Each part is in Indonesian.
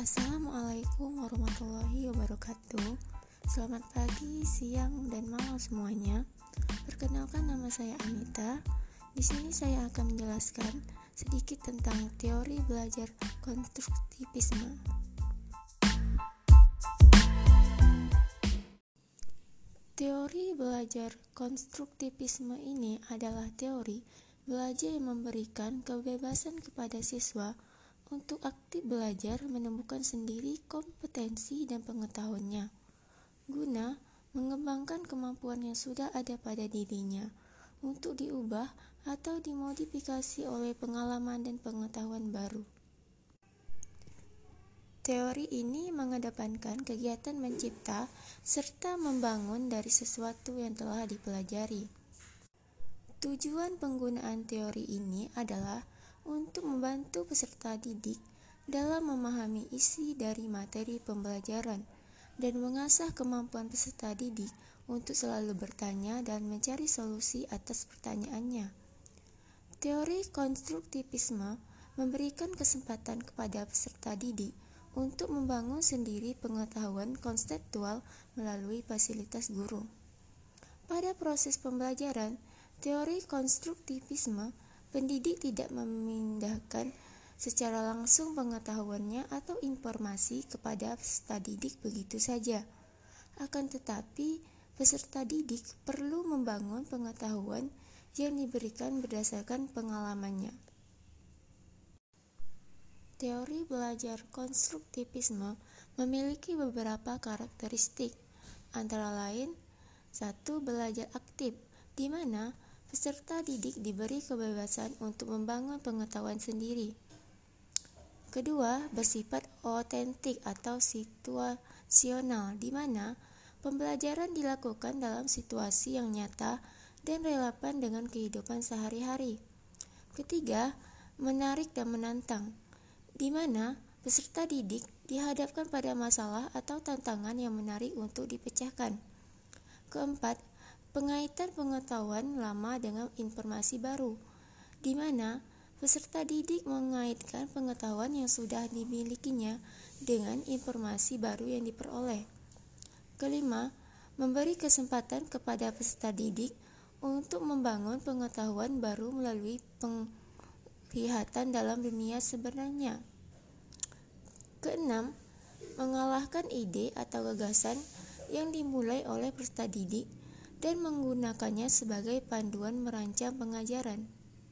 Assalamualaikum warahmatullahi wabarakatuh. Selamat pagi, siang, dan malam semuanya. Perkenalkan, nama saya Anita. Di sini saya akan menjelaskan sedikit tentang teori belajar konstruktivisme. Teori belajar konstruktivisme ini adalah teori belajar yang memberikan kebebasan kepada siswa untuk aktif belajar menemukan sendiri kompetensi dan pengetahuannya, guna mengembangkan kemampuan yang sudah ada pada dirinya untuk diubah atau dimodifikasi oleh pengalaman dan pengetahuan baru. Teori ini mengedepankan kegiatan mencipta serta membangun dari sesuatu yang telah dipelajari. Tujuan penggunaan teori ini adalah untuk membantu peserta didik dalam memahami isi dari materi pembelajaran dan mengasah kemampuan peserta didik untuk selalu bertanya dan mencari solusi atas pertanyaannya. Teori konstruktivisme memberikan kesempatan kepada peserta didik untuk membangun sendiri pengetahuan konseptual melalui fasilitas guru. Pada proses pembelajaran, teori konstruktivisme, pendidik tidak memindahkan secara langsung pengetahuannya atau informasi kepada peserta didik begitu saja. Akan tetapi, peserta didik perlu membangun pengetahuan yang diberikan berdasarkan pengalamannya. Teori belajar konstruktivisme memiliki beberapa karakteristik, antara lain: 1. Belajar aktif, di mana peserta didik diberi kebebasan untuk membangun pengetahuan sendiri. Kedua, bersifat otentik atau situasional, di mana pembelajaran dilakukan dalam situasi yang nyata dan relevan dengan kehidupan sehari-hari. Ketiga, menarik dan menantang, di mana peserta didik dihadapkan pada masalah atau tantangan yang menarik untuk dipecahkan. Keempat, pengaitan pengetahuan lama dengan informasi baru, di mana peserta didik mengaitkan pengetahuan yang sudah dimilikinya dengan informasi baru yang diperoleh. Kelima, memberi kesempatan kepada peserta didik untuk membangun pengetahuan baru melalui penglihatan dalam dunia sebenarnya. Keenam, mengalahkan ide atau gagasan yang dimulai oleh peserta didik dan menggunakannya sebagai panduan merancang pengajaran.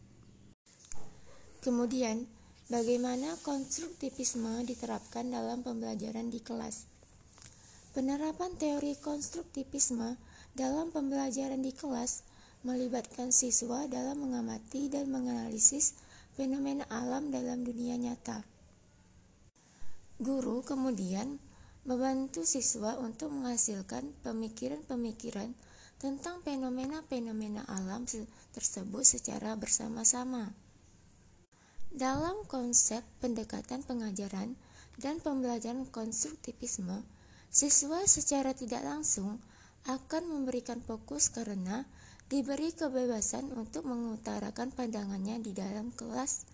Kemudian, bagaimana konstruktivisme diterapkan dalam pembelajaran di kelas? Penerapan teori konstruktivisme dalam pembelajaran di kelas melibatkan siswa dalam mengamati dan menganalisis fenomena alam dalam dunia nyata. Guru kemudian membantu siswa untuk menghasilkan pemikiran-pemikiran tentang fenomena-fenomena alam tersebut secara bersama-sama. Dalam konsep pendekatan pengajaran dan pembelajaran konstruktivisme, siswa secara tidak langsung akan memberikan fokus karena diberi kebebasan untuk mengutarakan pandangannya di dalam kelas.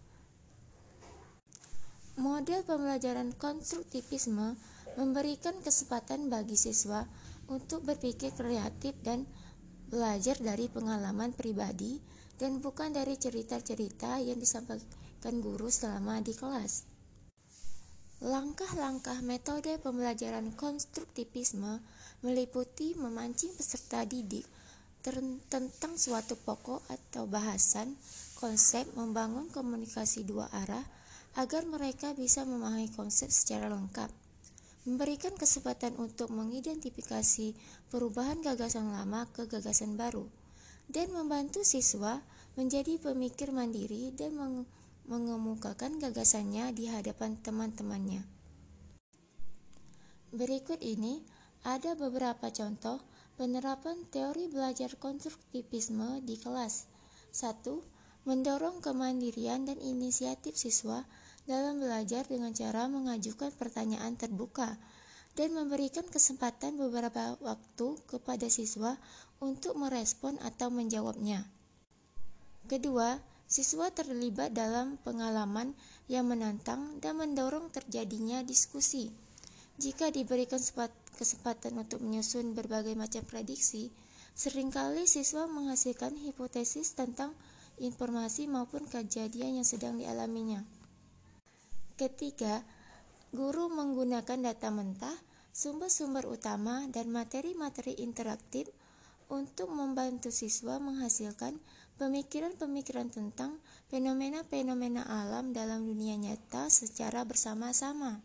Model pembelajaran konstruktivisme memberikan kesempatan bagi siswa untuk berpikir kreatif dan belajar dari pengalaman pribadi dan bukan dari cerita-cerita yang disampaikan guru selama di kelas. Langkah-langkah metode pembelajaran konstruktivisme meliputi memancing peserta didik tentang suatu pokok atau bahasan, konsep, membangun komunikasi dua arah agar mereka bisa memahami konsep secara lengkap, memberikan kesempatan untuk mengidentifikasi perubahan gagasan lama ke gagasan baru, dan membantu siswa menjadi pemikir mandiri dan mengemukakan gagasannya di hadapan teman-temannya. Berikut ini ada beberapa contoh penerapan teori belajar konstruktivisme di kelas. 1. Mendorong kemandirian dan inisiatif siswa dalam belajar dengan cara mengajukan pertanyaan terbuka dan memberikan kesempatan beberapa waktu kepada siswa untuk merespon atau menjawabnya. Kedua, Siswa terlibat dalam pengalaman yang menantang dan mendorong terjadinya diskusi. Jika diberikan kesempatan untuk menyusun berbagai macam prediksi, seringkali siswa menghasilkan hipotesis tentang informasi maupun kejadian yang sedang dialaminya. Ketiga, guru menggunakan data mentah, sumber-sumber utama, dan materi-materi interaktif untuk membantu siswa menghasilkan pemikiran-pemikiran tentang fenomena-fenomena alam dalam dunia nyata secara bersama-sama.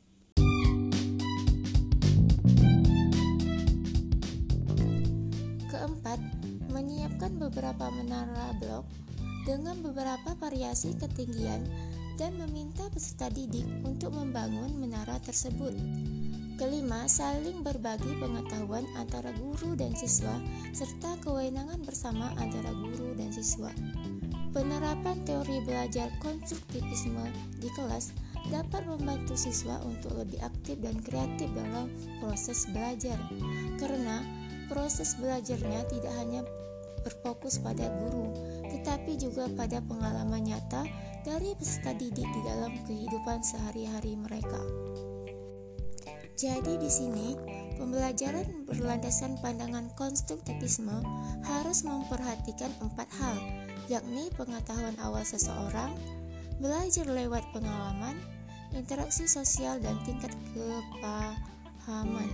Keempat, menyiapkan beberapa menara blok dengan beberapa variasi ketinggian dan meminta peserta didik untuk membangun menara tersebut. Kelima, saling berbagi pengetahuan antara guru dan siswa serta kewenangan bersama antara guru dan siswa. Penerapan teori belajar konstruktivisme di kelas dapat membantu siswa untuk lebih aktif dan kreatif dalam proses belajar, karena proses belajarnya tidak hanya berfokus pada guru, tetapi juga pada pengalaman nyata dari peserta didik di dalam kehidupan sehari-hari mereka. Jadi di sini, pembelajaran berlandaskan pandangan konstruktivisme harus memperhatikan 4 hal, yakni pengetahuan awal seseorang, belajar lewat pengalaman, interaksi sosial, dan tingkat kepahaman.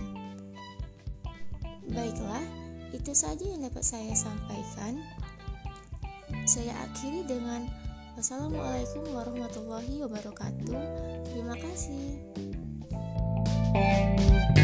Baiklah, itu saja yang dapat saya sampaikan. Saya akhiri dengan wassalamualaikum warahmatullahi wabarakatuh. Terima kasih.